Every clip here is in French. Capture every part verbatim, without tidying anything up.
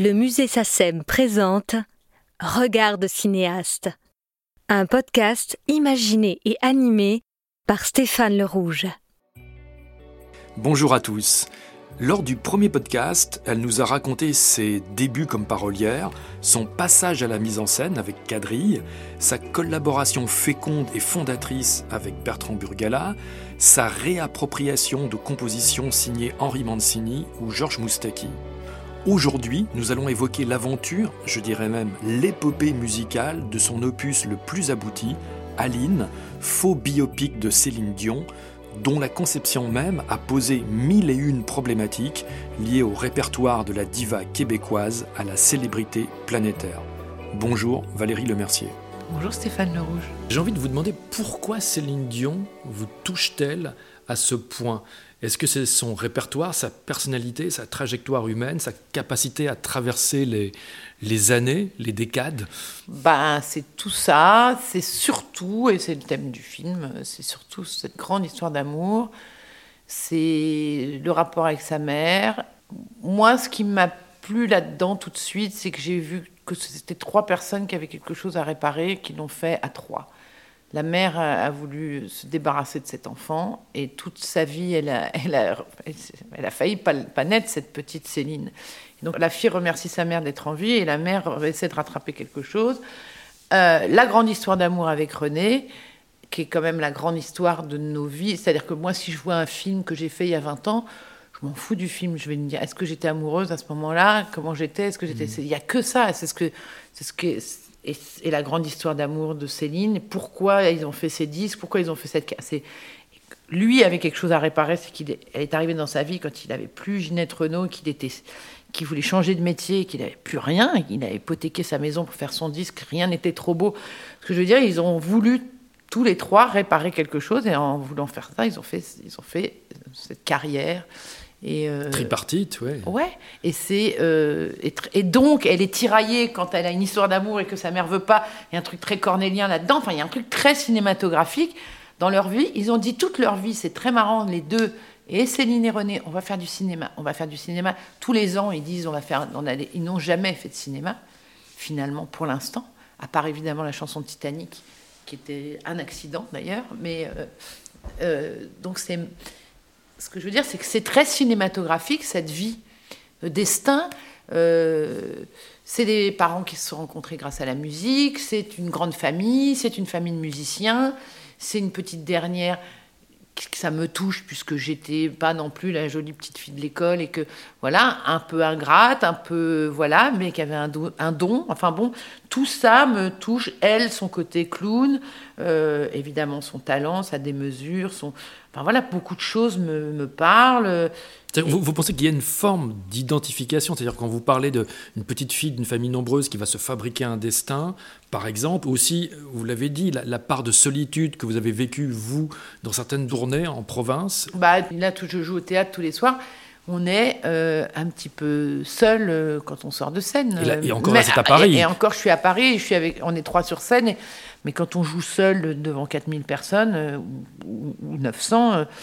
Le musée SACEM présente Regard de cinéaste, un podcast imaginé et animé par Stéphane Le Rouge. Bonjour à tous. Lors du premier podcast, elle nous a raconté ses débuts comme parolière, son passage à la mise en scène avec Quadrille, sa collaboration féconde et fondatrice avec Bertrand Burgalat, sa réappropriation de compositions signées Henri Mancini ou Georges Moustaki. Aujourd'hui, nous allons évoquer l'aventure, je dirais même l'épopée musicale de son opus le plus abouti, Aline, faux biopic de Céline Dion, dont la conception même a posé mille et une problématiques liées au répertoire de la diva québécoise à la célébrité planétaire. Bonjour Valérie Lemercier. Bonjour Stéphane Le Rouge. J'ai envie de vous demander pourquoi Céline Dion vous touche-t-elle à ce point ? Est-ce que c'est son répertoire, sa personnalité, sa trajectoire humaine, sa capacité à traverser les, les années, les décades ? Ben, c'est tout ça, c'est surtout, et c'est le thème du film, c'est surtout cette grande histoire d'amour, c'est le rapport avec sa mère. Moi, ce qui m'a plu là-dedans tout de suite, c'est que j'ai vu que c'était trois personnes qui avaient quelque chose à réparer, qui l'ont fait à trois. La mère a voulu se débarrasser de cet enfant et toute sa vie, elle a, elle a, elle a failli pas, pas naître, cette petite Céline. Donc la fille remercie sa mère d'être en vie et la mère essaie de rattraper quelque chose. Euh, la grande histoire d'amour avec René, qui est quand même la grande histoire de nos vies. C'est-à-dire que moi, si je vois un film que j'ai fait il y a vingt ans, je m'en fous du film. Je vais me dire, est-ce que j'étais amoureuse à ce moment-là ? Comment j'étais ? Est-ce que j'étais... Il n'y a que ça. C'est ce que... C'est ce que Et, et la grande histoire d'amour de Céline, pourquoi ils ont fait ces disques, pourquoi ils ont fait cette... C'est, lui avait quelque chose à réparer, c'est qu'il est, elle est arrivée dans sa vie quand il n'avait plus Ginette Renaud, qu'il, était, qu'il voulait changer de métier, qu'il n'avait plus rien, qu'il avait hypothéqué sa maison pour faire son disque, rien n'était trop beau. Ce que je veux dire, ils ont voulu tous les trois réparer quelque chose, et en voulant faire ça, ils ont fait, ils ont fait cette carrière... Et euh, tripartite, ouais. Ouais. Et c'est euh, et, tr- et donc elle est tiraillée quand elle a une histoire d'amour et que sa mère veut pas. Il y a un truc très cornélien là-dedans. Enfin, il y a un truc très cinématographique dans leur vie. Ils ont dit toute leur vie, c'est très marrant les deux. Et Céline et René, on va faire du cinéma. On va faire du cinéma tous les ans. Ils disent on va faire. On a, ils n'ont jamais fait de cinéma finalement pour l'instant, à part évidemment la chanson de Titanic, qui était un accident d'ailleurs. Mais euh, euh, donc c'est Ce que je veux dire, c'est que c'est très cinématographique, cette vie. Le destin, euh, c'est des parents qui se sont rencontrés grâce à la musique, c'est une grande famille, c'est une famille de musiciens, c'est une petite dernière, que ça me touche, puisque j'étais pas non plus la jolie petite fille de l'école, et que, voilà, un peu ingrate, un peu, voilà, mais qui avait un, do, un don. Enfin bon, tout ça me touche. Elle, son côté clown, euh, évidemment son talent, sa démesure, son... Enfin voilà, beaucoup de choses me, me parlent. Vous, vous pensez qu'il y a une forme d'identification, c'est-à-dire quand vous parlez d'une petite fille d'une famille nombreuse qui va se fabriquer un destin, par exemple, aussi, vous l'avez dit, la, la part de solitude que vous avez vécue, vous, dans certaines tournées en province. Bah, là, tout, je joue au théâtre tous les soirs. On est euh, un petit peu seul euh, quand on sort de scène. Et, là, et encore, mais, là, c'est à Paris. Et, et encore, je suis à Paris, je suis avec, on est trois sur scène. Et, mais quand on joue seul devant quatre mille personnes, euh, ou, ou neuf cents, euh,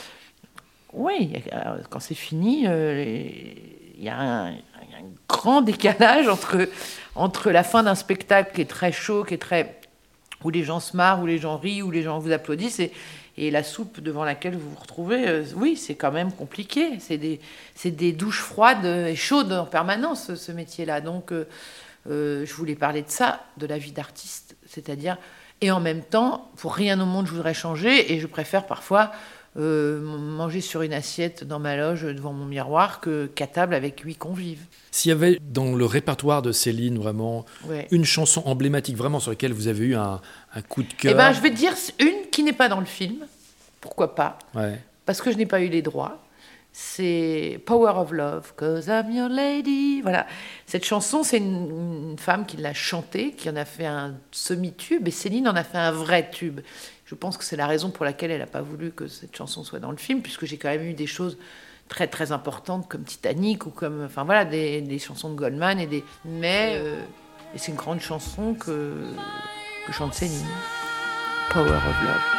oui, quand c'est fini, il euh, y, y a un grand décalage entre, entre la fin d'un spectacle qui est très chaud, qui est très, où les gens se marrent, où les gens rient, où les gens vous applaudissent, et, et la soupe devant laquelle vous vous retrouvez, euh, oui, c'est quand même compliqué. C'est des, c'est des douches froides et chaudes en permanence, ce, ce métier-là. Donc, euh, euh, je voulais parler de ça, de la vie d'artiste, c'est-à-dire... Et en même temps, pour rien au monde, je voudrais changer, et je préfère parfois... Euh, manger sur une assiette dans ma loge devant mon miroir que, qu'à table avec huit convives. S'il y avait dans le répertoire de Céline vraiment ouais. une chanson emblématique vraiment sur laquelle vous avez eu un, un coup de cœur. Eh ben, je vais te dire une qui n'est pas dans le film, pourquoi pas, ouais. parce que je n'ai pas eu les droits. C'est Power of Love, 'cause I'm your lady. Voilà. Cette chanson, c'est une, une femme qui l'a chantée, qui en a fait un semi-tube, et Céline en a fait un vrai tube. Je pense que c'est la raison pour laquelle elle n'a pas voulu que cette chanson soit dans le film, puisque j'ai quand même eu des choses très très importantes comme Titanic ou comme, enfin voilà, des, des chansons de Goldman et des. Mais euh, et c'est une grande chanson que que chante Céline. Power of Love.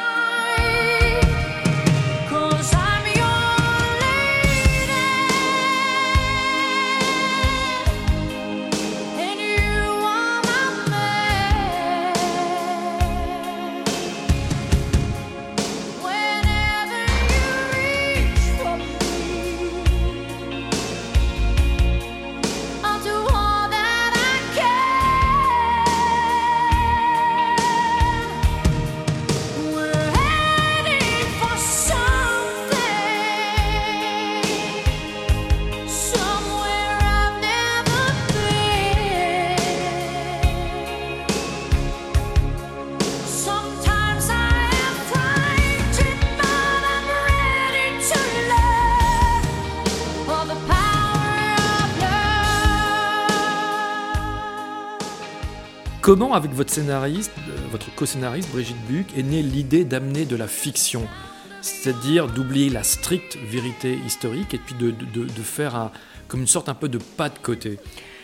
Comment, avec votre scénariste, votre co-scénariste Brigitte Buck, est née l'idée d'amener de la fiction, c'est-à-dire d'oublier la stricte vérité historique et puis de, de, de faire un, comme une sorte un peu de pas de côté?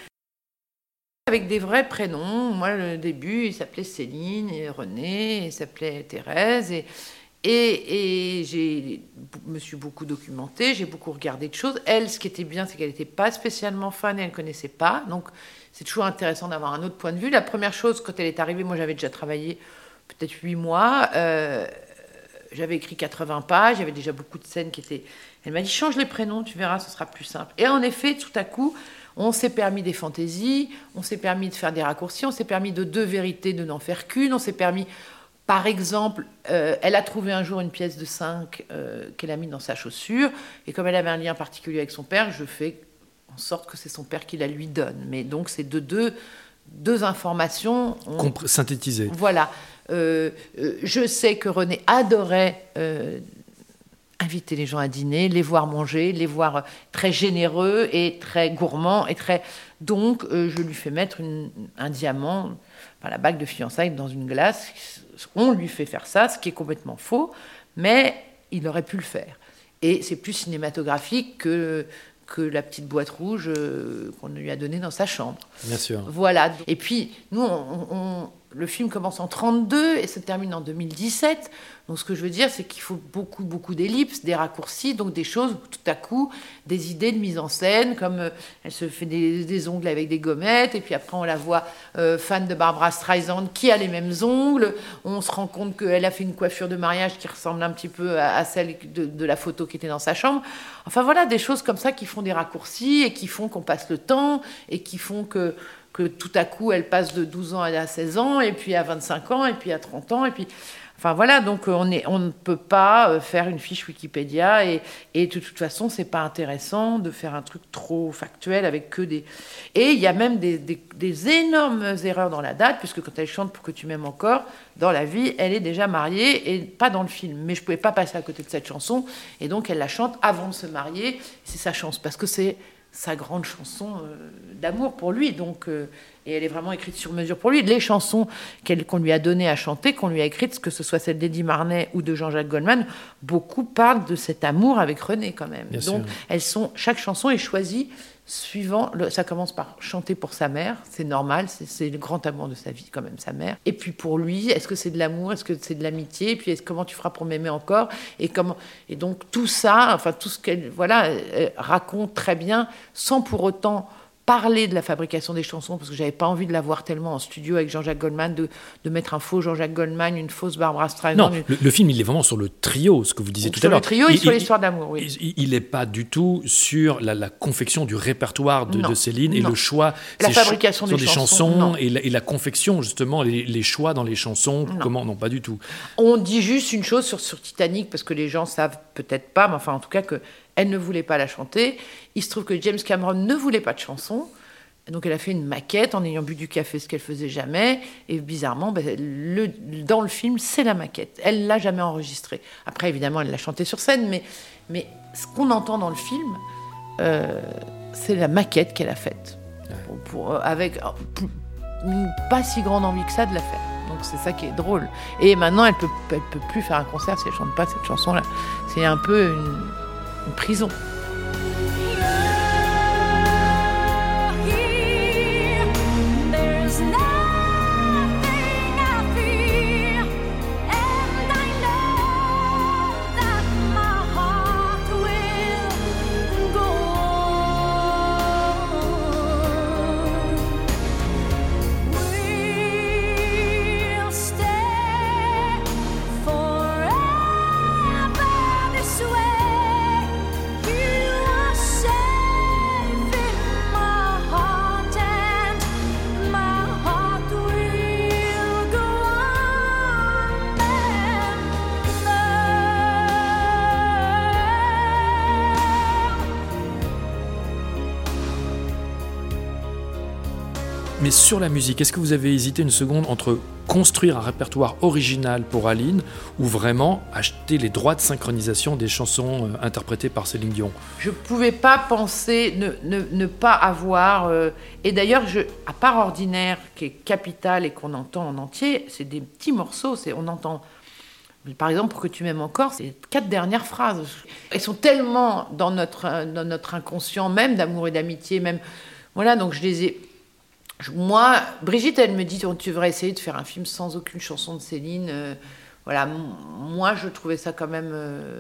Avec des vrais prénoms. Moi, le début, il s'appelait Céline et René, il s'appelait Thérèse. Et, et, et je me suis beaucoup documentée, j'ai beaucoup regardé de choses. Elle, ce qui était bien, c'est qu'elle n'était pas spécialement fan et elle ne connaissait pas. Donc, c'est toujours intéressant d'avoir un autre point de vue. La première chose, quand elle est arrivée, moi, j'avais déjà travaillé peut-être huit mois. Euh, j'avais écrit quatre-vingts pages, il y avait déjà beaucoup de scènes qui étaient... Elle m'a dit, change les prénoms, tu verras, ce sera plus simple. Et en effet, tout à coup, on s'est permis des fantaisies, on s'est permis de faire des raccourcis, on s'est permis de deux vérités, de n'en faire qu'une, on s'est permis... Par exemple, euh, elle a trouvé un jour une pièce de cinq euh, qu'elle a mise dans sa chaussure, et comme elle avait un lien particulier avec son père, je fais en sorte que c'est son père qui la lui donne. Mais donc, c'est de deux, deux informations... On... Compr- synthétisées. Voilà. Euh, euh, je sais que René adorait euh, inviter les gens à dîner, les voir manger, les voir très généreux et très gourmands. Et très... Donc, euh, je lui fais mettre une, un diamant, enfin, la bague de fiançailles dans une glace. On lui fait faire ça, ce qui est complètement faux, mais il aurait pu le faire. Et c'est plus cinématographique que, que la petite boîte rouge euh, qu'on lui a donnée dans sa chambre. Bien sûr. Voilà. Et puis, nous, on, on, le film commence en trente-deux et se termine en deux mille dix-sept. Donc, ce que je veux dire, c'est qu'il faut beaucoup, beaucoup d'ellipses, des raccourcis, donc des choses, tout à coup, des idées de mise en scène, comme euh, elle se fait des, des ongles avec des gommettes, et puis après, on la voit euh, fan de Barbra Streisand, qui a les mêmes ongles. On se rend compte qu'elle a fait une coiffure de mariage qui ressemble un petit peu à, à celle de, de la photo qui était dans sa chambre. Enfin, voilà, des choses comme ça qui font des raccourcis, et qui font qu'on passe le temps, et qui font que... que tout à coup, elle passe de douze ans à seize ans, et puis à vingt-cinq ans, et puis à trente ans, et puis... Enfin voilà, donc on, est, on ne peut pas faire une fiche Wikipédia, et, et de toute façon, c'est pas intéressant de faire un truc trop factuel avec que des... Et il y a même des, des, des énormes erreurs dans la date, puisque quand elle chante « Pour que tu m'aimes encore », dans la vie, elle est déjà mariée, et pas dans le film. Mais je pouvais pas passer à côté de cette chanson, et donc elle la chante avant de se marier. C'est sa chance, parce que c'est sa grande chanson euh, d'amour pour lui, donc, euh, et elle est vraiment écrite sur mesure pour lui. Les chansons qu'elle, qu'on lui a données à chanter, qu'on lui a écrites, que ce soit celle d'Eddie Marnay ou de Jean-Jacques Goldman, beaucoup parlent de cet amour avec René quand même. Bien donc sûr. elles sont, chaque chanson est choisie suivant, le, ça commence par chanter pour sa mère, c'est normal, c'est, c'est le grand amour de sa vie quand même, sa mère. Et puis pour lui, est-ce que c'est de l'amour, est-ce que c'est de l'amitié, et puis est-ce, comment tu feras pour m'aimer encore, et comment, et donc tout ça, enfin tout ce qu'elle, voilà, elle raconte très bien, sans pour autant parler de la fabrication des chansons, parce que j'avais pas envie de la voir tellement en studio avec Jean-Jacques Goldman, de, de mettre un faux Jean-Jacques Goldman, une fausse Barbra Streisand. Non, une... le, le film, il est vraiment sur le trio, ce que vous disiez tout à l'heure. Sur le trio et il, sur il, l'histoire d'amour, oui. Il n'est pas du tout sur la, la confection du répertoire de, de Céline et non. le choix... La fabrication ch- des, des chansons, chansons et la, et la confection, justement, les, les choix dans les chansons, non. comment... Non, pas du tout. On dit juste une chose sur, sur Titanic, parce que les gens savent peut-être pas, mais enfin, en tout cas, qu'elle ne voulait pas la chanter. Il se trouve que James Cameron ne voulait pas de chanson. Donc elle a fait une maquette en ayant bu du café, ce qu'elle faisait jamais. Et bizarrement, ben, le, dans le film, c'est la maquette. Elle l'a jamais enregistrée. Après, évidemment, elle l'a chantée sur scène, mais, mais ce qu'on entend dans le film, euh, c'est la maquette qu'elle a faite. Pour, pour, avec une pas si grande envie que ça de la faire. Donc c'est ça qui est drôle. Et maintenant, elle peut, elle peut plus faire un concert si elle chante pas cette chanson-là. C'est un peu une, une prison. Forever this way. You Mais sur la musique, est-ce que vous avez hésité une seconde entre construire un répertoire original pour Aline ou vraiment acheter les droits de synchronisation des chansons euh, interprétées par Céline Dion ? Je ne pouvais pas penser ne, ne, ne pas avoir... Euh, et d'ailleurs, je, à part Ordinaire, qui est capital et qu'on entend en entier, c'est des petits morceaux. C'est, on entend, par exemple, Pour que tu m'aimes encore, c'est les quatre dernières phrases. Elles sont tellement dans notre, dans notre inconscient, même d'amour et d'amitié, même... Voilà, donc je les ai... Moi, Brigitte, elle me dit, tu devrais essayer de faire un film sans aucune chanson de Céline. Euh, voilà, m- moi, je trouvais ça quand même... Euh,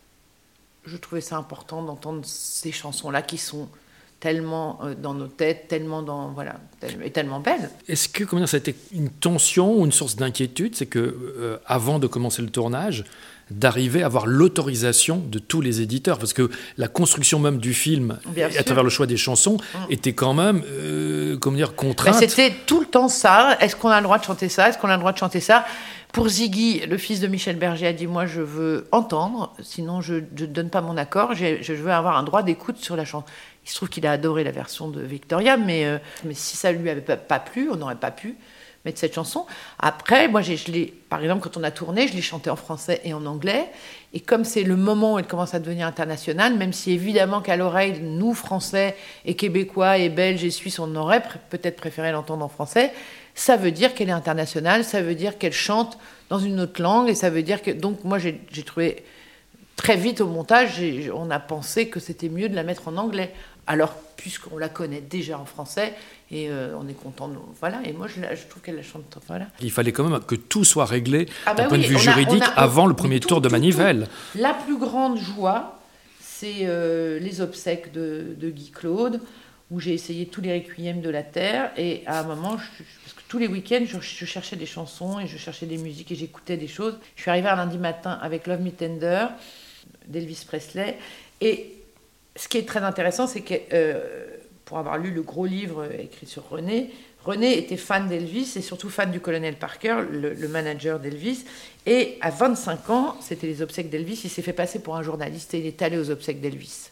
je trouvais ça important d'entendre ces chansons-là qui sont tellement euh, dans nos têtes, tellement dans... Voilà, tel- et tellement belles. Est-ce que comment dire, ça a été une tension ou une source d'inquiétude ? C'est que euh, avant de commencer le tournage, d'arriver à avoir l'autorisation de tous les éditeurs, parce que la construction même du film, Bien à sûr. travers le choix des chansons, mmh. était quand même, euh, comment dire, contrainte. Ben, c'était tout le temps ça. Est-ce qu'on a le droit de chanter ça ? Est-ce qu'on a le droit de chanter ça ? Pour Ziggy, le fils de Michel Berger a dit, moi je veux entendre, sinon je ne donne pas mon accord, J'ai, je veux avoir un droit d'écoute sur la chanson. Il se trouve qu'il a adoré la version de Victoria, mais, euh, mais si ça lui avait pas, pas plu, on n'aurait pas pu mettre cette chanson. Après, moi, j'ai, je l'ai, par exemple, quand on a tourné, je l'ai chanté en français et en anglais. Et comme c'est le moment où elle commence à devenir internationale, même si évidemment qu'à l'oreille, nous, Français et Québécois et Belges et Suisses, on aurait pr- peut-être préféré l'entendre en français, ça veut dire qu'elle est internationale, ça veut dire qu'elle chante dans une autre langue, et ça veut dire que... Donc moi, j'ai, j'ai trouvé... Très vite au montage, j'ai, on a pensé que c'était mieux de la mettre en anglais. Alors, puisqu'on la connaît déjà en français, et euh, on est content de... Voilà, et moi, je, la, je trouve qu'elle la chante... Voilà. Il fallait quand même que tout soit réglé ah bah d'un point oui, de vue a, juridique a, avant le premier tout, tour de tout, manivelle. Tout. La plus grande joie, c'est euh, les obsèques de, de Guy Claude, où j'ai essayé tous les requiems de la Terre, et à un moment, je, parce que tous les week-ends, je, je cherchais des chansons, et je cherchais des musiques, et j'écoutais des choses. Je suis arrivée un lundi matin avec Love Me Tender, d'Elvis Presley, et ce qui est très intéressant, c'est que, euh, pour avoir lu le gros livre écrit sur René, René était fan d'Elvis, et surtout fan du colonel Parker, le, le manager d'Elvis, et à vingt-cinq ans, c'était les obsèques d'Elvis, il s'est fait passer pour un journaliste, et il est allé aux obsèques d'Elvis.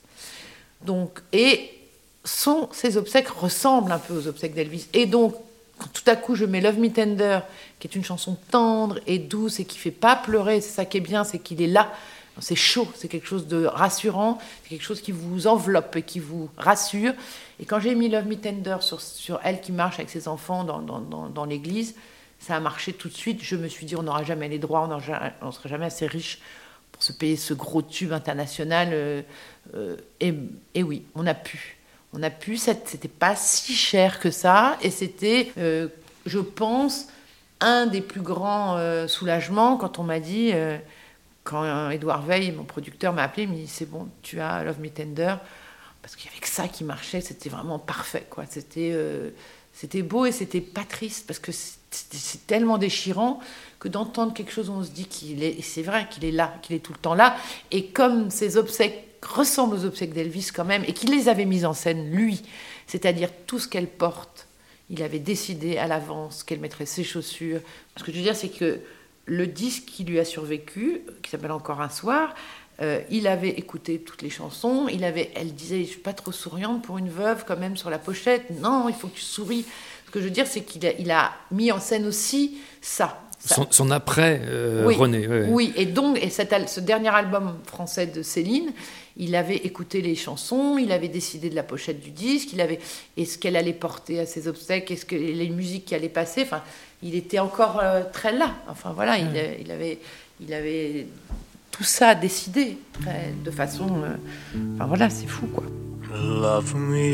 Donc, et son, ces obsèques ressemblent un peu aux obsèques d'Elvis, et donc, quand tout à coup je mets Love Me Tender, qui est une chanson tendre et douce, et qui ne fait pas pleurer, c'est ça qui est bien, c'est qu'il est là. C'est chaud, c'est quelque chose de rassurant, c'est quelque chose qui vous enveloppe et qui vous rassure. Et quand j'ai mis Love Me Tender sur, sur elle qui marche avec ses enfants dans, dans, dans, dans l'église, ça a marché tout de suite. Je me suis dit, on n'aura jamais les droits, on ne sera jamais assez riche pour se payer ce gros tube international. Euh, euh, et, et oui, on a pu. On a pu, c'était pas si cher que ça. Et c'était, euh, je pense, un des plus grands euh, soulagements quand on m'a dit... Euh, Quand Édouard Veil, mon producteur, m'a appelé, il m'a dit, c'est bon, tu as Love Me Tender, parce qu'il y avait que ça qui marchait, c'était vraiment parfait, quoi. C'était, euh, c'était beau et c'était pas triste, parce que c'est, c'est tellement déchirant que d'entendre quelque chose où on se dit qu'il est, et c'est vrai qu'il est là, qu'il est tout le temps là, et comme ces obsèques ressemblent aux obsèques d'Elvis quand même, et qu'il les avait mises en scène, lui, c'est-à-dire tout ce qu'elle porte, il avait décidé à l'avance qu'elle mettrait ses chaussures. Ce que je veux dire, c'est que le disque qui lui a survécu, qui s'appelle Encore un soir, euh, il avait écouté toutes les chansons, il avait, elle disait, je suis pas trop souriante pour une veuve quand même sur la pochette, non, il faut que tu souris. Ce que je veux dire, c'est qu'il a, il a mis en scène aussi ça. ça. Son, son après euh, oui, René. Oui, oui, et donc, et cet, ce dernier album français de Céline, il avait écouté les chansons, il avait décidé de la pochette du disque, il avait, et ce qu'elle allait porter à ses obsèques, est-ce que les musiques qui allaient passer, enfin, il était encore euh, très là. Enfin voilà, mmh. il, il, avait, il avait tout ça décidé très, de façon. Euh, enfin voilà, c'est fou quoi. Love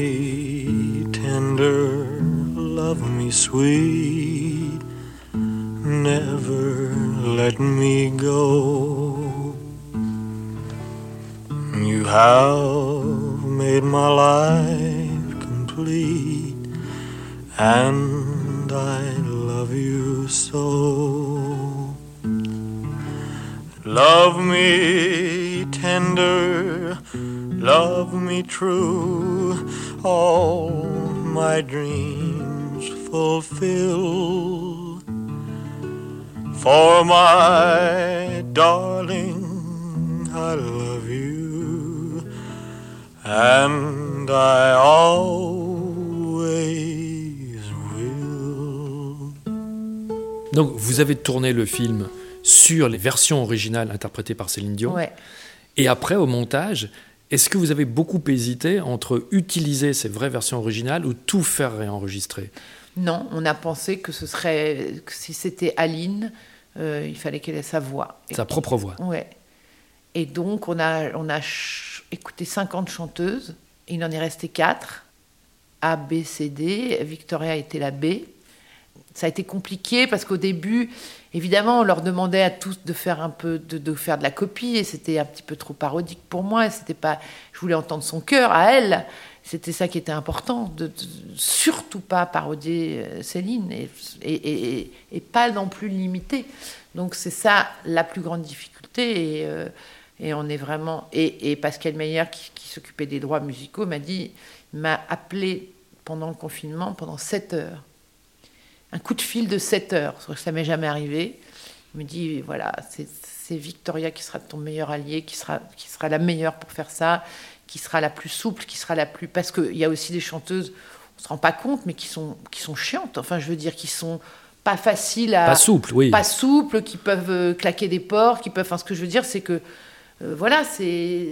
me tender, love me sweet, never let me go. You have made my life complete, and I love you so. Love me tender, love me true, all my dreams fulfill. For my darling, I love you, and I always will. Donc vous avez tourné le film sur les versions originales interprétées par Céline Dion. Ouais. Et après, au montage, est-ce que vous avez beaucoup hésité entre utiliser ces vraies versions originales ou tout faire réenregistrer ? Non, on a pensé que ce serait, que si c'était Aline, euh, il fallait qu'elle ait sa voix. Sa propre voix. Ouais. Et donc, on a, on a ch- écouté cinquante chanteuses. Il en est resté quatre. A, B, C, D. Victoria était la B. Ça a été compliqué parce qu'au début, évidemment, on leur demandait à tous de faire un peu, de, de faire de la copie, et c'était un petit peu trop parodique pour moi. Et c'était pas, je voulais entendre son cœur à elle. C'était ça qui était important, de, de surtout pas parodier Céline et, et, et, et pas non plus limiter. Donc c'est ça la plus grande difficulté. Et, euh, et on est vraiment. Et, et Pascal Meyer, qui, qui s'occupait des droits musicaux, m'a dit, m'a appelé pendant le confinement pendant sept heures. Un coup de fil de sept heures, ça ne m'est jamais arrivé. Il me dit, voilà, c'est, c'est Victoria qui sera ton meilleur allié, qui sera, qui sera la meilleure pour faire ça, qui sera la plus souple, qui sera la plus... Parce qu'il y a aussi des chanteuses, on ne se rend pas compte, mais qui sont, qui sont chiantes, enfin, je veux dire, qui sont pas faciles à... Pas souples, oui. Pas souples, qui peuvent claquer des portes, qui peuvent... Enfin, ce que je veux dire, c'est que, euh, voilà, c'est...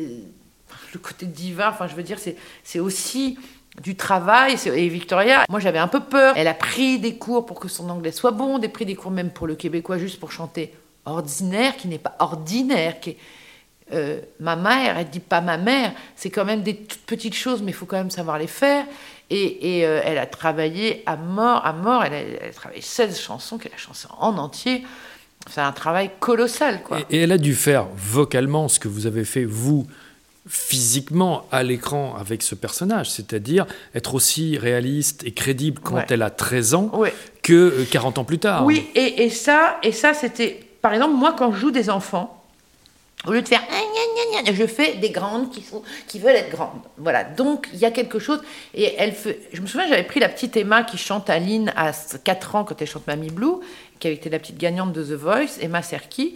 Le côté divin, enfin, je veux dire, c'est, c'est aussi... du travail. Et Victoria, moi j'avais un peu peur. Elle a pris des cours pour que son anglais soit bon, des pris des cours même pour le québécois, juste pour chanter ordinaire, qui n'est pas ordinaire, qui est euh, ma mère, elle dit pas ma mère, c'est quand même des toutes petites choses, mais il faut quand même savoir les faire. Et, et euh, elle a travaillé à mort, à mort, elle a, elle a travaillé seize chansons qu'elle a chantées en entier. C'est un travail colossal, quoi. Et, et elle a dû faire vocalement ce que vous avez fait, vous, physiquement à l'écran avec ce personnage, c'est-à-dire être aussi réaliste et crédible quand ouais. elle a treize ans ouais. que quarante ans plus tard. Oui, et, et, ça, et ça, c'était... Par exemple, moi, quand je joue des enfants, au lieu de faire... Je fais des grandes qui, sont, qui veulent être grandes. Voilà, donc il y a quelque chose... Et elle fait... Je me souviens, j'avais pris la petite Emma qui chante Aline à quatre ans quand elle chante Mamie Blue, qui avait été la petite gagnante de The Voice, Emma Serki,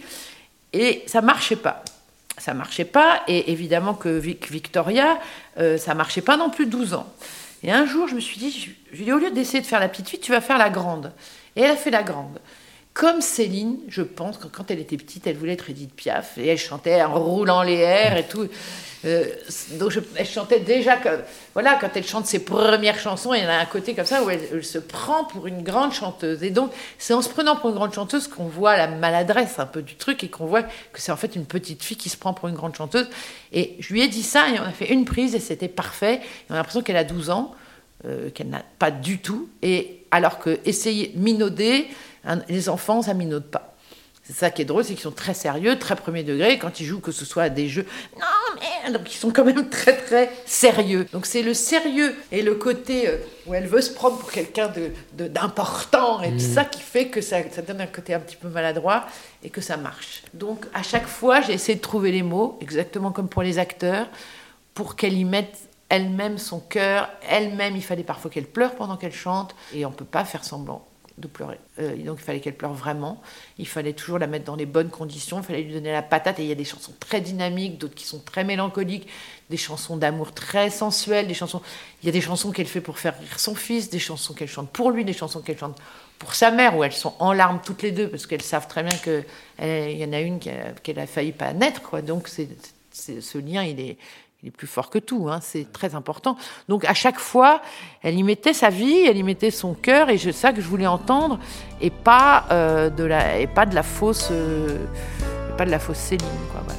et ça marchait pas. Ça marchait pas, et évidemment que Victoria, euh, ça marchait pas non plus douze ans. Et un jour, je me suis dit, je, je lui ai dit, au lieu d'essayer de faire la petite fille, tu vas faire la grande. Et elle a fait la grande. Comme Céline, je pense que quand elle était petite, elle voulait être Edith Piaf, et elle chantait en roulant les airs et tout. Euh, donc je, elle chantait déjà, que, voilà, quand elle chante ses premières chansons, il y en a un côté comme ça où elle, elle se prend pour une grande chanteuse. Et donc, c'est en se prenant pour une grande chanteuse qu'on voit la maladresse un peu du truc et qu'on voit que c'est en fait une petite fille qui se prend pour une grande chanteuse. Et je lui ai dit ça et on a fait une prise et c'était parfait. Et on a l'impression qu'elle a douze ans, euh, qu'elle n'a pas du tout. Et alors que essayer de minauder, hein, les enfants, ça minaude pas. C'est ça qui est drôle, c'est qu'ils sont très sérieux, très premier degré. Quand ils jouent, que ce soit à des jeux, non mais donc ils sont quand même très très sérieux. Donc c'est le sérieux et le côté euh, où elle veut se prendre pour quelqu'un de, de, d'important et mmh. tout ça qui fait que ça, ça donne un côté un petit peu maladroit et que ça marche. Donc à chaque fois, j'ai essayé de trouver les mots, exactement comme pour les acteurs, pour qu'elle y mette elle-même son cœur, elle-même. Il fallait parfois qu'elle pleure pendant qu'elle chante et on peut pas faire semblant de pleurer. Euh, donc il fallait qu'elle pleure vraiment. Il fallait toujours la mettre dans les bonnes conditions. Il fallait lui donner la patate. Et il y a des chansons très dynamiques, d'autres qui sont très mélancoliques, des chansons d'amour très sensuelles, des chansons... Il y a des chansons qu'elle fait pour faire rire son fils, des chansons qu'elle chante pour lui, des chansons qu'elle chante pour sa mère, où elles sont en larmes toutes les deux, parce qu'elles savent très bien qu'il y en a une qui a, qu'elle a failli pas naître, quoi. Donc c'est, c'est, ce lien, il est... Il est plus fort que tout, hein, c'est très important. Donc à chaque fois, elle y mettait sa vie, elle y mettait son cœur, et c'est ça que je voulais entendre, et pas euh, de la, et pas de la fausse, euh, pas de la fausse Céline, quoi. Voilà.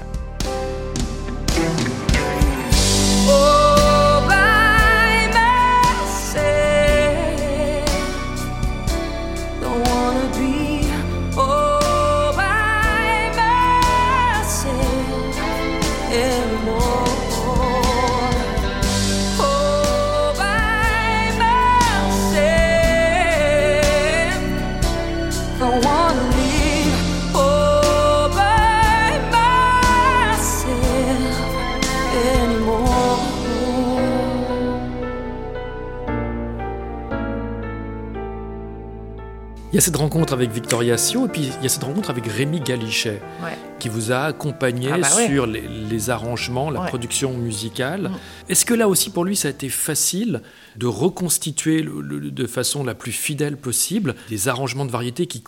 Oh, by myself, don't wanna be all by myself anymore. Il y a cette rencontre avec Victoria Sio et puis il y a cette rencontre avec Rémi Galichet, ouais. qui vous a accompagné ah bah ouais. sur les, les arrangements, la ouais. production musicale. Mmh. Est-ce que là aussi pour lui ça a été facile de reconstituer le, le, de façon la plus fidèle possible des arrangements de variété qui courent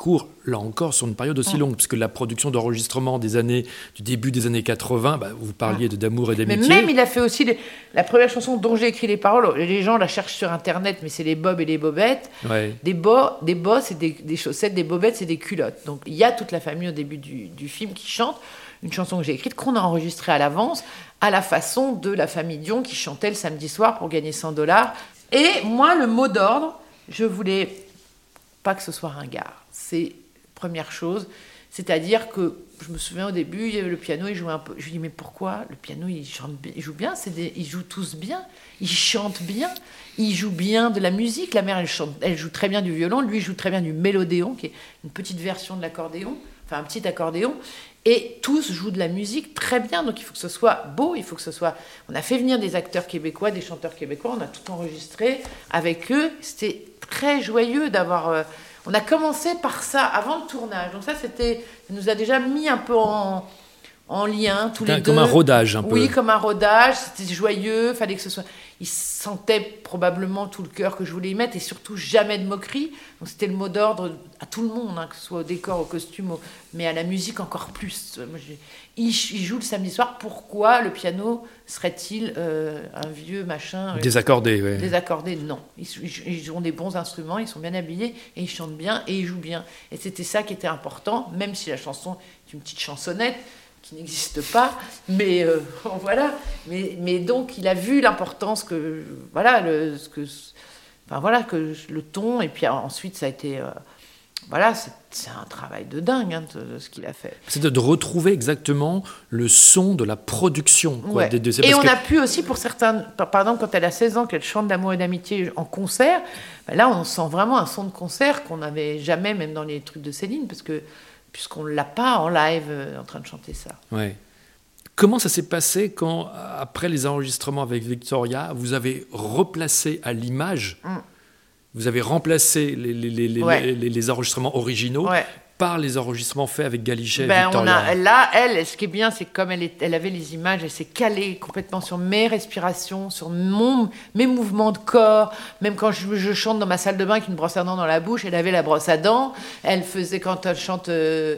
là encore, sur une période aussi Mm. longue, puisque la production d'enregistrement des années, du début des années quatre-vingts, bah, vous parliez Mm. de d'amour et Mais d'amitié. même, il a fait aussi les- la première chanson dont j'ai écrit les paroles. Les gens la cherchent sur Internet, mais c'est les bobs et les bobettes. Ouais. Des, bo- des bosses, c'est des, des chaussettes, des bobettes, c'est des culottes. Donc il y a toute la famille au début du, du film qui chante une chanson que j'ai écrite, qu'on a enregistrée à l'avance, à la façon de la famille Dion qui chantait le samedi soir pour gagner cent dollars. Et moi, le mot d'ordre, je voulais pas que ce soit ringard. C'est première chose. C'est-à-dire que je me souviens au début, il y avait le piano, il jouait un peu. Je lui dis mais pourquoi le piano il chante, bien- il joue bien, c'est des- ils jouent tous bien, ils chantent bien, ils jouent bien de la musique. La mère elle chante, elle joue très bien du violon, lui il joue très bien du mélodéon, qui est une petite version de l'accordéon, enfin un petit accordéon. Et tous jouent de la musique très bien, donc il faut que ce soit beau, il faut que ce soit. On a fait venir des acteurs québécois, des chanteurs québécois, on a tout enregistré avec eux. C'était très joyeux d'avoir. euh, On a commencé par ça avant le tournage, donc ça c'était, ça nous a déjà mis un peu en, en lien tous C'était les un- deux. comme un rodage, un peu. Oui, comme un rodage. C'était joyeux, fallait que ce soit. Il sentait probablement tout le cœur que je voulais y mettre et surtout jamais de moquerie. Donc c'était le mot d'ordre à tout le monde, hein, que ce soit au décor, au costume, au- mais à la musique encore plus. Moi, j'ai- il, il joue le samedi soir. Pourquoi le piano serait-il euh, un vieux machin euh, Désaccordé, ouais. Désaccordé, non. Ils, ils- ils ont des bons instruments, ils sont bien habillés et ils chantent bien et ils jouent bien. Et c'était ça qui était important, même si la chanson est une petite chansonnette qui n'existe pas, mais euh, voilà. Mais, mais donc il a vu l'importance que voilà le ce que enfin voilà que le ton et puis ensuite ça a été euh, voilà c'est, c'est un travail de dingue hein, de, de ce qu'il a fait. C'est de, de retrouver exactement le son de la production. Quoi, Ouais. des- des- c'est Et parce on que- a pu aussi, pour certains, par par exemple, quand elle a seize ans, qu'elle chante d'amour et d'amitié en concert, ben là, on sent vraiment un son de concert qu'on n'avait jamais, même dans les trucs de Céline, parce que, puisqu'on ne l'a pas en live euh, en train de chanter ça. Ouais. Comment ça s'est passé quand, après les enregistrements avec Victoria, vous avez replacé à l'image, Mm. vous avez remplacé les, les, les, les- Ouais. les- les enregistrements originaux Ouais. par les enregistrements faits avec Galichet et Ben, on Victoria. a, là, elle, ce qui est bien, c'est que comme elle, est, elle avait les images, elle s'est calée complètement sur mes respirations, sur mon, mes mouvements de corps. Même quand je, je chante dans ma salle de bain avec une brosse à dents dans la bouche, elle avait la brosse à dents. Elle faisait, quand elle chante euh,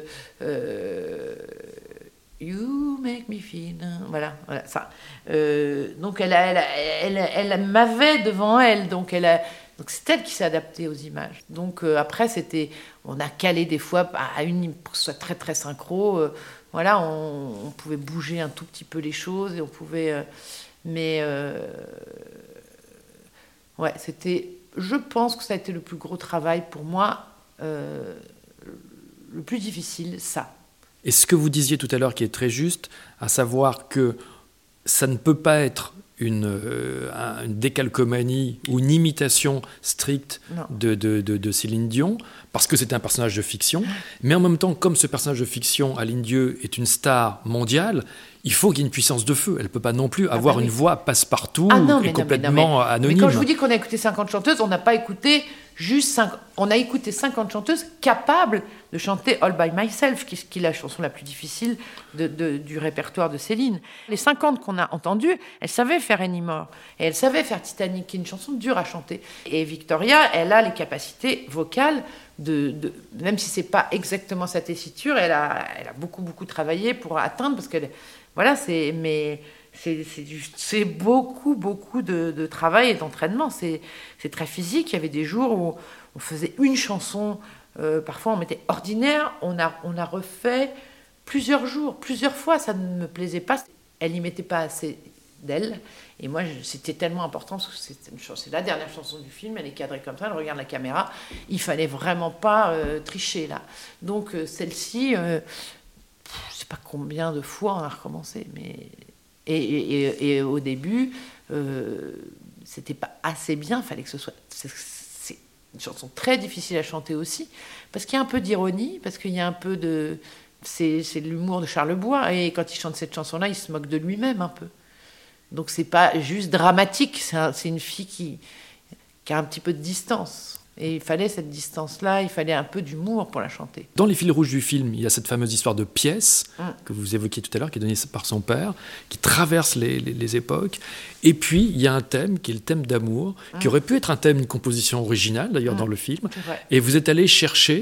euh, You make me feel... Voilà, voilà ça. Euh, donc elle, a- elle, a- elle, elle m'avait devant elle, donc elle a... Donc c'est elle qui s'est adaptée aux images. Donc euh, après, c'était, on a calé des fois à une, pour que ce soit très très synchro. euh, voilà, on, on pouvait bouger un tout petit peu les choses et on pouvait. euh, mais euh, ouais, c'était. Je pense que ça a été le plus gros travail pour moi, euh, le plus difficile, ça. Et ce que vous disiez tout à l'heure qui est très juste, à savoir que ça ne peut pas être une, euh, un- une décalcomanie ou une imitation stricte Non. de, de, de, de Céline Dion, parce que c'est un personnage de fiction, mais en même temps, comme ce personnage de fiction, Aline Dieu, est une star mondiale, il faut qu'il y ait une puissance de feu. Elle ne peut pas non plus Ah avoir bah oui. une voix passe-partout Ah non, mais et non, mais complètement non, mais- anonyme. Mais quand je vous dis qu'on a écouté cinquante chanteuses, on n'a pas écouté juste cinq, on a écouté cinquante chanteuses capables de chanter All by Myself, qui, qui est la chanson la plus difficile de, de- du répertoire de Céline. Les cinquante qu'on a entendues, elles savaient faire Anymore et elles savaient faire Titanic, qui est une chanson dure à chanter. Et Victoria, elle a les capacités vocales de, de même si c'est pas exactement sa tessiture, elle a, elle a beaucoup beaucoup travaillé pour atteindre parce qu'elle, voilà, c'est mais c'est, c'est, du- c'est beaucoup, beaucoup de, de travail et d'entraînement. C'est, c'est très physique. Il y avait des jours où on faisait une chanson, euh, parfois on mettait ordinaire, on a, on a refait plusieurs jours, plusieurs fois. Ça ne me plaisait pas. Elle n'y mettait pas assez d'elle. Et moi, je- c'était tellement important parce que c'est, une ch- c'est la dernière chanson du film. Elle est cadrée comme ça, elle regarde la caméra. Il fallait vraiment pas euh, tricher là. Donc euh, celle-ci, euh, pff, je sais pas combien de fois on a recommencé, mais et, et- et- et au début, euh, c'était pas assez bien. Fallait que ce soit. C'est, c'est une chanson très difficile à chanter aussi, parce qu'il y a un peu d'ironie, parce qu'il y a un peu de. C'est, c'est l'humour de Charles Bois, et quand il chante cette chanson-là, il se moque de lui-même un peu. Donc c'est pas juste dramatique. C'est, un- c'est une fille qui, qui a un petit peu de distance. Et il fallait cette distance-là, il fallait un peu d'humour pour la chanter. Dans les fils rouges du film, il y a cette fameuse histoire de pièce Mm. que vous évoquiez tout à l'heure, qui est donnée par son père, qui traverse les, les- les époques. Et puis, il y a un thème qui est le thème d'amour, qui aurait pu être un thème, une composition originale, d'ailleurs, Mm. dans le film. C'est vrai. Et vous êtes allé chercher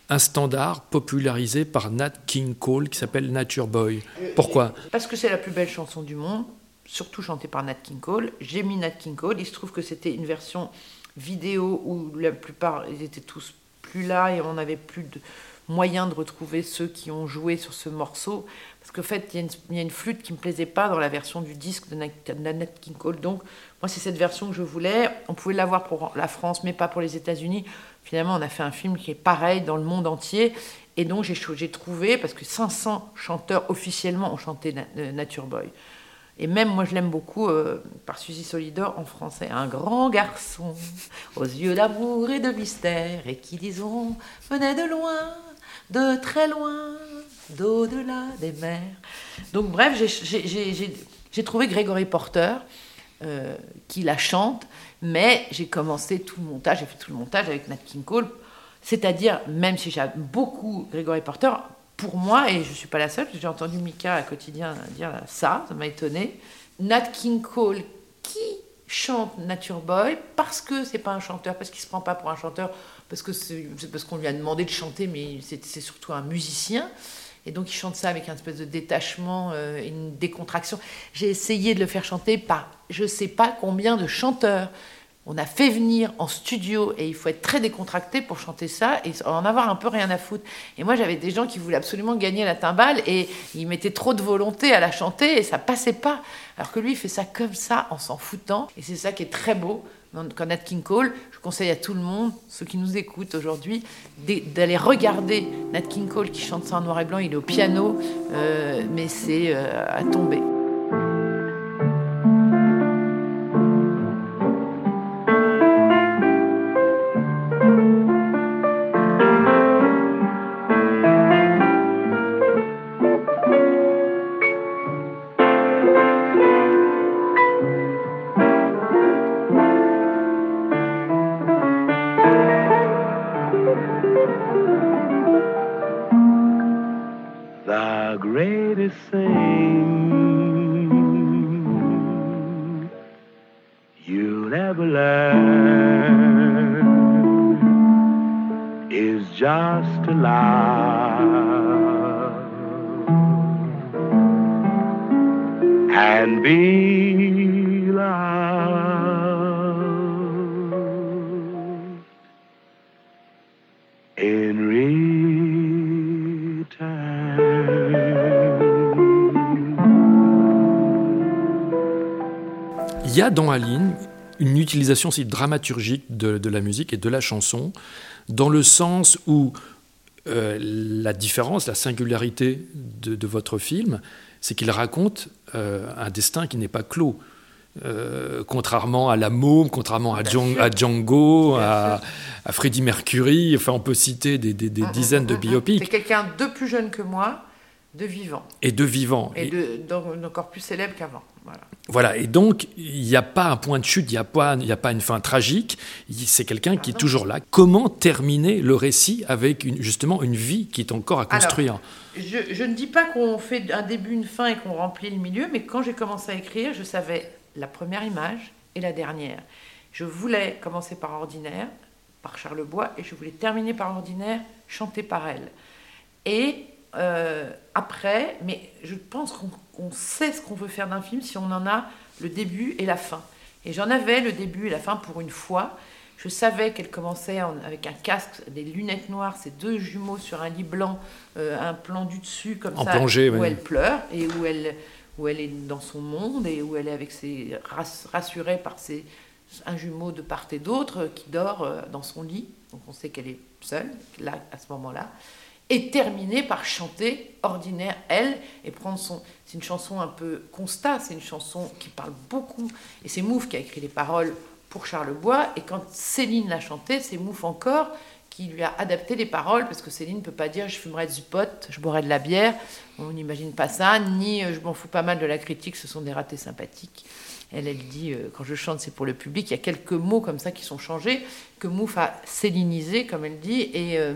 un standard popularisé par Nat King Cole qui s'appelle Nature Boy. Pourquoi ? Parce que c'est la plus belle chanson du monde, surtout chantée par Nat King Cole. J'ai mis Nat King Cole. Il se trouve que c'était une version vidéo où la plupart, ils étaient tous plus là et on n'avait plus de moyen de retrouver ceux qui ont joué sur ce morceau. Parce qu'en fait, il y, y a une flûte qui ne me plaisait pas dans la version du disque de Nat, de Nat King Cole. Donc, moi, c'est cette version que je voulais. On pouvait l'avoir pour la France, mais pas pour les États-Unis. Finalement, on a fait un film qui est pareil dans le monde entier. Et donc, j'ai, j'ai trouvé, parce que cinq cents chanteurs officiellement ont chanté Na- Nature Boy. Et même, moi, je l'aime beaucoup, euh, par Suzy Solidor, en français. Un grand garçon, aux yeux d'amour et de mystère, et qui, disons, venait de loin, de très loin, d'au-delà des mers. Donc, bref, j'ai, j'ai, j'ai, j'ai, j'ai trouvé Gregory Porter, euh, qui la chante, mais j'ai commencé tout le montage, j'ai fait tout le montage avec Nat King Cole, c'est-à-dire, même si j'aime beaucoup Gregory Porter, pour moi, et je ne suis pas la seule, j'ai entendu Mika à Quotidien dire ça, ça m'a étonnée, Nat King Cole qui chante Nature Boy parce que c'est pas un chanteur, parce qu'il ne se prend pas pour un chanteur, parce que c'est, c'est parce qu'on lui a demandé de chanter, mais c'est, c'est surtout un musicien. Et donc il chante ça avec un espèce de détachement, euh, une décontraction. J'ai essayé de le faire chanter par je ne sais pas combien de chanteurs. On a fait venir en studio et il faut être très décontracté pour chanter ça et en avoir un peu rien à foutre. Et moi, j'avais des gens qui voulaient absolument gagner la timbale et ils mettaient trop de volonté à la chanter et ça passait pas. Alors que lui, il fait ça comme ça, en s'en foutant. Et c'est ça qui est très beau. Quand Nat King Cole, je conseille à tout le monde, ceux qui nous écoutent aujourd'hui, d'aller regarder Nat King Cole qui chante ça en noir et blanc. Il est au piano, euh, mais c'est euh, à tomber. The greatest thing you'll ever learn is just to love and be loved in return. Il y a dans Aline une utilisation aussi dramaturgique de, de la musique et de la chanson, dans le sens où euh, la différence, la singularité de, de votre film, c'est qu'il raconte euh, un destin qui n'est pas clos. Euh, contrairement à La Môme, contrairement à, Djang, à Django, à, à Freddie Mercury, enfin on peut citer des, des, des dizaines de biopics. C'est quelqu'un de plus jeune que moi, de vivant. Et de vivant. Et, et de, d'encore plus célèbre qu'avant. Voilà. Voilà, et donc il n'y a pas un point de chute, il n'y a pas, il n'y a pas une fin tragique, c'est quelqu'un qui est toujours là. Comment terminer le récit avec une, justement une vie qui est encore à construire? Alors, je, je ne dis pas qu'on fait un début, une fin et qu'on remplit le milieu, mais quand j'ai commencé à écrire, je savais la première image et la dernière. Je voulais commencer par Ordinaire, par Charlebois, et je voulais terminer par Ordinaire, chanté par elle. Et euh, après, mais je pense qu'on, qu'on sait ce qu'on veut faire d'un film si on en a le début et la fin. Et j'en avais le début et la fin pour une fois. Je savais qu'elle commençait en, avec un casque, des lunettes noires, ces deux jumeaux sur un lit blanc, euh, un plan du dessus comme en ça, plongée, où oui. elle pleure et où elle, où elle est dans son monde et où elle est avec ses, rassurée par ses, un jumeau de part et d'autre qui dort euh, dans son lit. Donc on sait qu'elle est seule, là, à ce moment-là. Et terminer par chanter Ordinaire, elle, et prendre son... C'est une chanson un peu constat, c'est une chanson qui parle beaucoup. Et c'est Mouffe qui a écrit les paroles pour Charlebois. Et quand Céline l'a chanté, c'est Mouffe encore qui lui a adapté les paroles, parce que Céline ne peut pas dire « je fumerai du pot, je boirai de la bière ». On n'imagine pas ça, ni « je m'en fous pas mal de la critique, ce sont des ratés sympathiques ». Elle, elle dit euh, « quand je chante, c'est pour le public ». Il y a quelques mots comme ça qui sont changés, que Mouffe a célinisé, comme elle dit, et... Euh,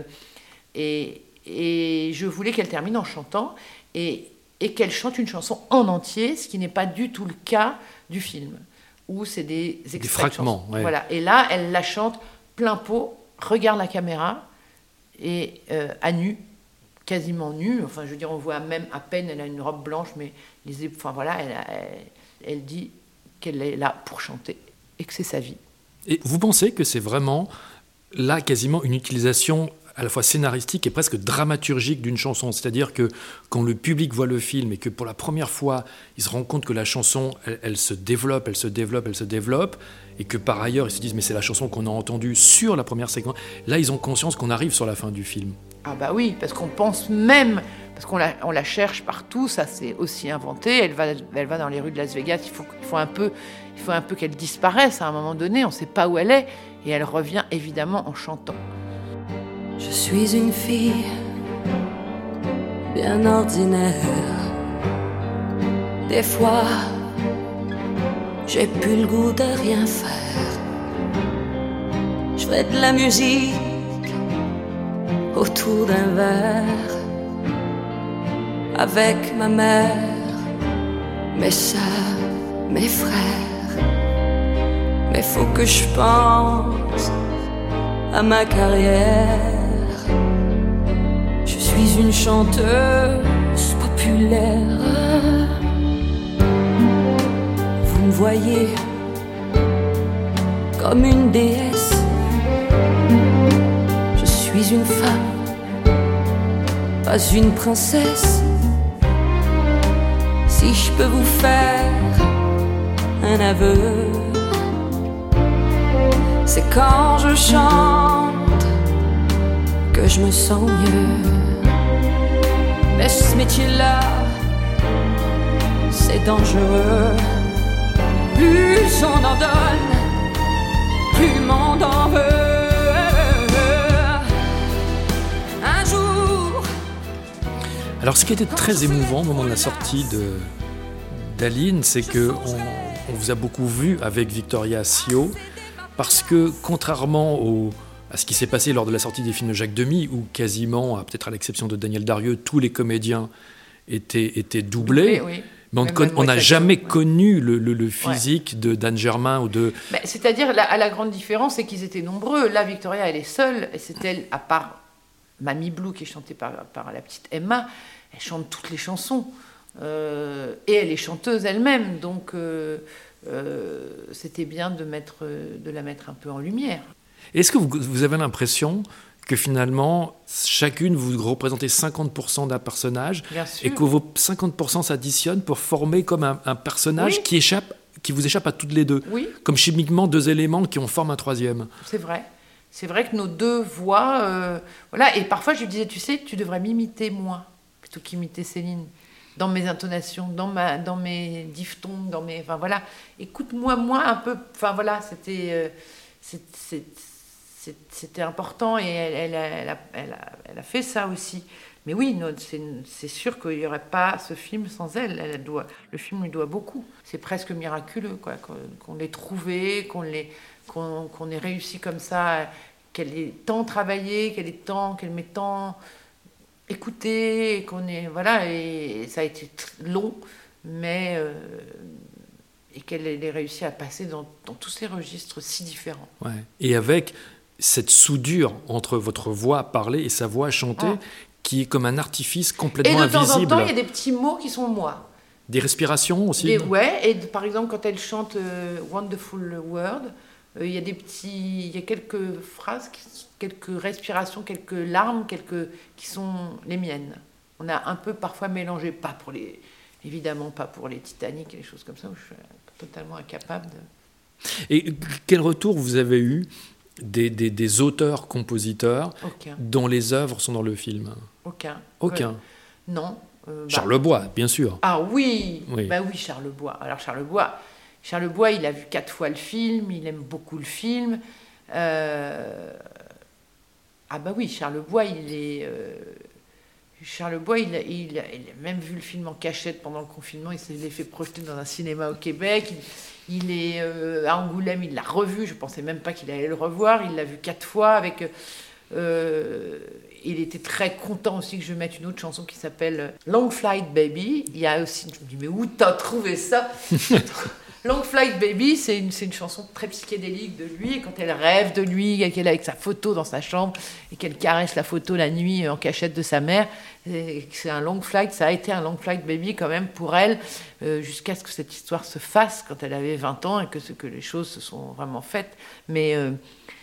et Et je voulais qu'elle termine en chantant et, et qu'elle chante une chanson en entier, ce qui n'est pas du tout le cas du film, où c'est des extraits des fragments. De ouais. Voilà. Et là, elle la chante plein pot, regarde la caméra, et euh, à nu, quasiment nue. Enfin, je veux dire, on voit même à peine, elle a une robe blanche, mais les, enfin voilà, elle, a, elle, elle dit qu'elle est là pour chanter et que c'est sa vie. Et vous pensez que c'est vraiment là quasiment une utilisation à la fois scénaristique et presque dramaturgique d'une chanson, c'est-à-dire que quand le public voit le film et que pour la première fois il se rend compte que la chanson elle, elle se développe, elle se développe, elle se développe, et que par ailleurs ils se disent mais c'est la chanson qu'on a entendue sur la première séquence, là ils ont conscience qu'on arrive sur la fin du film. Ah bah oui, parce qu'on pense même, parce qu'on la, on la cherche partout, ça c'est aussi inventé, elle va, elle va dans les rues de Las Vegas, il faut, il faut un peu, il faut un peu qu'elle disparaisse à un moment donné, on ne sait pas où elle est, et elle revient évidemment en chantant. Je suis une fille bien ordinaire. Des fois, j'ai plus le goût de rien faire. Je fais de la musique autour d'un verre avec ma mère, mes sœurs, mes frères. Mais faut que je pense à ma carrière. Je suis une chanteuse populaire. Vous me voyez comme une déesse. Je suis une femme, pas une princesse. Si je peux vous faire un aveu, c'est quand je chante que je me sens mieux. Mais ce métier-là, c'est dangereux. Plus on en donne, plus le monde en veut. Un jour. Alors ce qui était très émouvant au moment de la sortie de, d'Aline, c'est qu'on on vous a beaucoup vu avec Victoria Sio, parce que contrairement au... à ce qui s'est passé lors de la sortie des films de Jacques Demy, où quasiment, peut-être à l'exception de Daniel Darieux, tous les comédiens étaient, étaient doublés, oui, oui. Mais on n'a jamais oui. connu le, le, le physique ouais. de d'Anne Germain ou de... Ben, c'est-à-dire, la, la grande différence, c'est qu'ils étaient nombreux. Là, Victoria, elle est seule, et c'est elle, à part Mamie Blue, qui est chantée par, par la petite Emma, elle chante toutes les chansons. Euh, et elle est chanteuse elle-même, donc euh, euh, c'était bien de, mettre, de la mettre un peu en lumière. Est-ce que vous, vous avez l'impression que finalement, chacune, vous représentez cinquante pour cent d'un personnage et que vos cinquante pour cent s'additionnent pour former comme un, un personnage oui. qui, échappe, qui vous échappe à toutes les deux, oui. comme chimiquement deux éléments qui en forment un troisième? C'est vrai. C'est vrai que nos deux voix... Euh, voilà. Et parfois, je lui disais, tu sais, tu devrais m'imiter moi, plutôt qu'imiter Céline, dans mes intonations, dans, ma, dans mes diphtongues, dans mes... Enfin, voilà. Écoute-moi, moi, un peu... Enfin, voilà, c'était... Euh, c'est, c'est, C'était important et elle, elle, elle, a, elle, a, elle a fait ça aussi. Mais oui, c'est, c'est sûr qu'il n'y aurait pas ce film sans elle. Elle doit, le film lui doit beaucoup. C'est presque miraculeux quoi, qu'on, qu'on l'ait trouvé, qu'on, l'ait, qu'on, qu'on ait réussi comme ça, qu'elle ait tant travaillé, qu'elle ait tant, qu'elle m'ait tant écouté, et qu'on ait, voilà, et ça a été long, mais euh, et qu'elle ait réussi à passer dans, dans tous ces registres si différents. Ouais. Et avec cette soudure entre votre voix parlée et sa voix chantée, ah. qui est comme un artifice complètement invisible. Et de temps en temps, il y a des petits mots qui sont moi. Des respirations aussi. Des, ouais, et de, par exemple, quand elle chante euh, Wonderful World, euh, il y a des petits, il y a quelques phrases, qui, quelques respirations, quelques larmes, quelques qui sont les miennes. On a un peu parfois mélangé, pas pour les, évidemment pas pour les Titanic et les choses comme ça, où je suis totalement incapable de. Et quel retour vous avez eu Des, des, des auteurs-compositeurs Aucun. dont les œuvres sont dans le film? Aucun. Aucun. Euh, non. Euh, Charles bah, Bois, bien sûr. Ah oui, oui. Bah oui, Charles Bois. Alors Charles Bois, Charles Bois, il a vu quatre fois le film, il aime beaucoup le film. Euh... Ah bah oui, Charles Bois, il est... Euh... Charles Bois, il a, il, a, il a même vu le film en cachette pendant le confinement, il s'est fait projeter dans un cinéma au Québec. Il, Il est euh, à Angoulême, il l'a revu, je ne pensais même pas qu'il allait le revoir, il l'a vu quatre fois. Avec, euh, il était très content aussi que je mette une autre chanson qui s'appelle Long Flight Baby. Il y a aussi, je me dis, mais où t'as trouvé ça? Long Flight Baby, c'est une, c'est une chanson très psychédélique de lui. Et quand elle rêve de lui, qu'elle est avec sa photo dans sa chambre et qu'elle caresse la photo la nuit en cachette de sa mère, c'est un long flight. Ça a été un Long Flight Baby quand même pour elle, euh, jusqu'à ce que cette histoire se fasse quand elle avait vingt ans et que, que les choses se sont vraiment faites. Mais euh,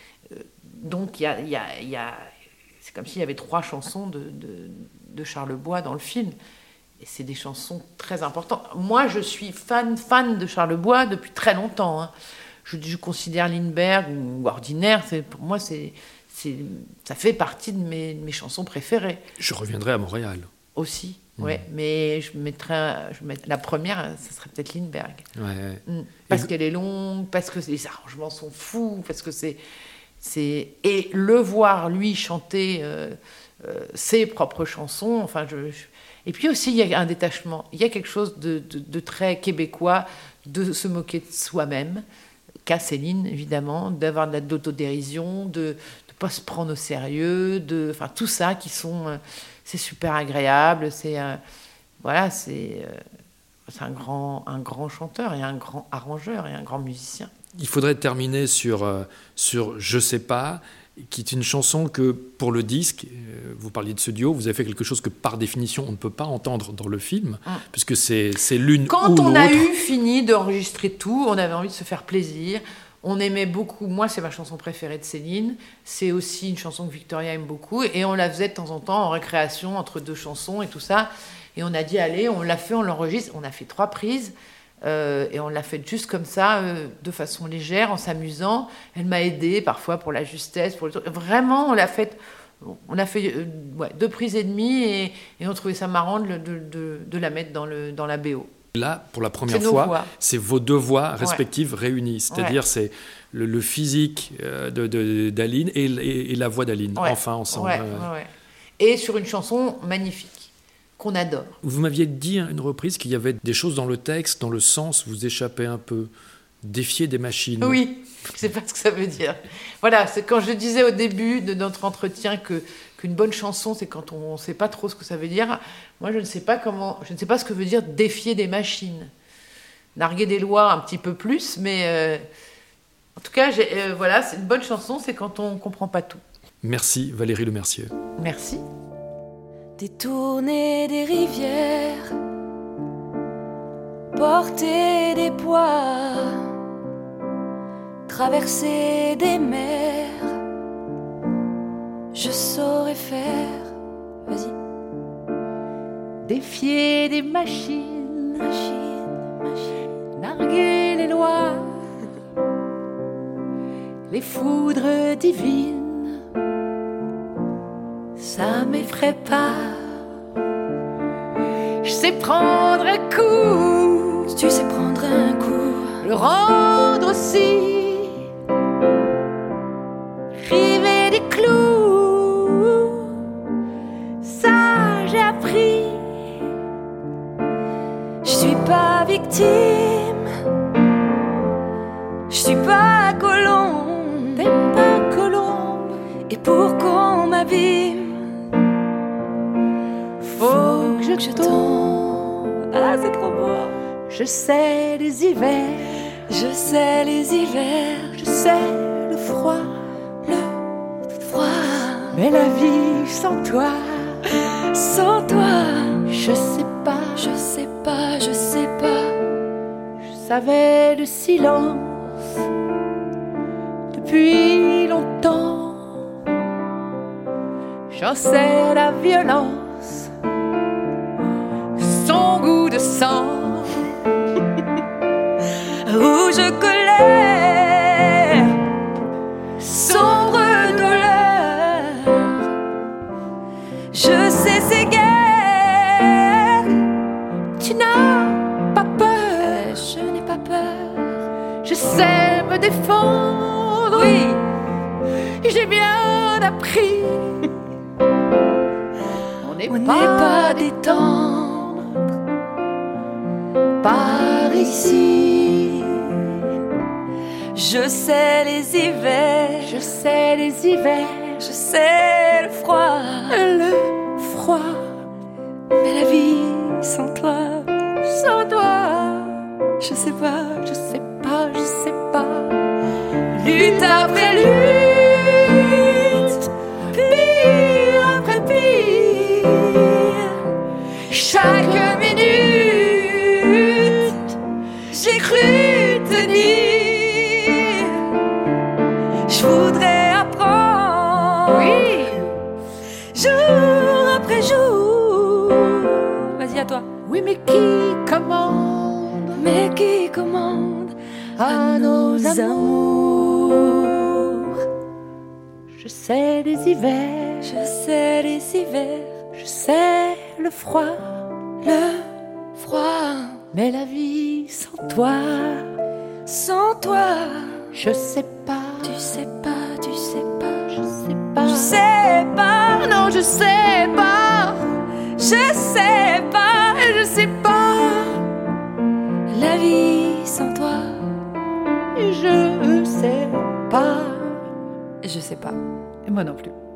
donc, il y a, y a, y a, c'est comme s'il y avait trois chansons de, de, de Charlebois dans le film. Et c'est des chansons très importantes. Moi, je suis fan, fan de Charlebois depuis très longtemps. Hein. Je, je considère Lindbergh ou Ordinaire, c'est, pour moi, c'est, c'est, ça fait partie de mes, de mes chansons préférées. Je reviendrai à Montréal. Aussi, mmh. oui. Mais je mettrais, je mettrais, la première, ça serait peut-être Lindbergh. Ouais. Mmh. Parce vous... qu'elle est longue, parce que les arrangements sont fous, parce que c'est... c'est... Et le voir, lui, chanter euh, euh, ses propres chansons, enfin, je... je... Et puis aussi, il y a un détachement. Il y a quelque chose de, de, de très québécois, de se moquer de soi-même, qu'a Céline, évidemment, d'avoir de l'autodérision, de ne pas se prendre au sérieux, de, enfin, tout ça qui sont... Euh, c'est super agréable, c'est... Euh, voilà, c'est... Euh, c'est un grand, un grand chanteur et un grand arrangeur et un grand musicien. Il faudrait terminer sur, euh, sur « Je sais pas », qui est une chanson que, pour le disque, euh, vous parliez de ce duo, vous avez fait quelque chose que, par définition, on ne peut pas entendre dans le film, mmh. puisque c'est, c'est l'une Quand ou l'autre. Quand on a eu fini d'enregistrer tout, on avait envie de se faire plaisir. On aimait beaucoup, moi c'est ma chanson préférée de Céline, c'est aussi une chanson que Victoria aime beaucoup, et on la faisait de temps en temps en récréation entre deux chansons et tout ça. Et on a dit, allez, on l'a fait, on l'enregistre, on a fait trois prises. Euh, et on l'a fait juste comme ça, euh, de façon légère, en s'amusant. Elle m'a aidée parfois pour la justesse, pour le truc. Vraiment, on l'a fait, on a fait euh, ouais, deux prises et demie et, et on trouvait ça marrant de, de, de, de la mettre dans, le, dans la B O. Là, pour la première c'est fois, c'est vos deux voix respectives ouais. réunies. C'est-à-dire, ouais. c'est le, le physique de, de, d'Aline et, et, et la voix d'Aline, ouais. enfin ensemble. Ouais, ouais, ouais. Et sur une chanson magnifique. Qu'on adore. Vous m'aviez dit à une reprise qu'il y avait des choses dans le texte, dans le sens, vous échappez un peu. Défier des machines. Oui, je ne sais pas ce que ça veut dire. Voilà, c'est quand je disais au début de notre entretien que, qu'une bonne chanson, c'est quand on ne sait pas trop ce que ça veut dire. Moi, je ne sais pas comment, je ne sais pas ce que veut dire défier des machines. Narguer des lois un petit peu plus, mais euh, en tout cas, j'ai, euh, voilà, c'est une bonne chanson, c'est quand on ne comprend pas tout. Merci Valérie Lemercier. Merci. Détourner des rivières, porter des poids, traverser des mers, je saurais faire. Vas-y. Défier des machines, machines, machines, narguer les lois, les foudres divines. Ça m'effraie pas. Je sais prendre un coup. Tu sais prendre un coup. Le rendre aussi. River des clous. Ça j'ai appris. Je suis pas victime. Je suis pas colombe. T'es pas colombe. Et pour qu'on m'abîme, faut que je tombe. Ah, c'est trop beau. Je sais les hivers, je sais les hivers, je sais le froid, le froid. Mais la vie sans toi, sans toi, je sais pas, je sais pas, je sais pas. Je savais le silence depuis longtemps. J'en sais la violence, son goût de sang, rouge colère, sombre douleur. Je sais ces guerres. Tu n'as pas peur, je n'ai pas peur. Je sais me défendre, oui, j'ai bien appris. On n'est pas, pas des tendres par ici. Je sais les hivers, je sais les hivers, je sais le froid, le froid. Mais la vie sans toi, sans toi, je sais pas, je sais lutte après lutte, pire après pire. Chaque minute, j'ai cru tenir. Je voudrais apprendre, oui, jour après jour. Vas-y, à toi. Oui, mais qui commande? Mais qui commande À nos amours. Je sais les hivers, Je sais les hivers, je sais le froid, le froid. mais la vie sans toi, Sans toi, je sais pas, tu sais pas, tu sais pas, je sais pas, je sais pas, non, je sais pas, je sais pas, je sais pas, la vie sans toi, je sais pas. je sais pas. Et moi non plus.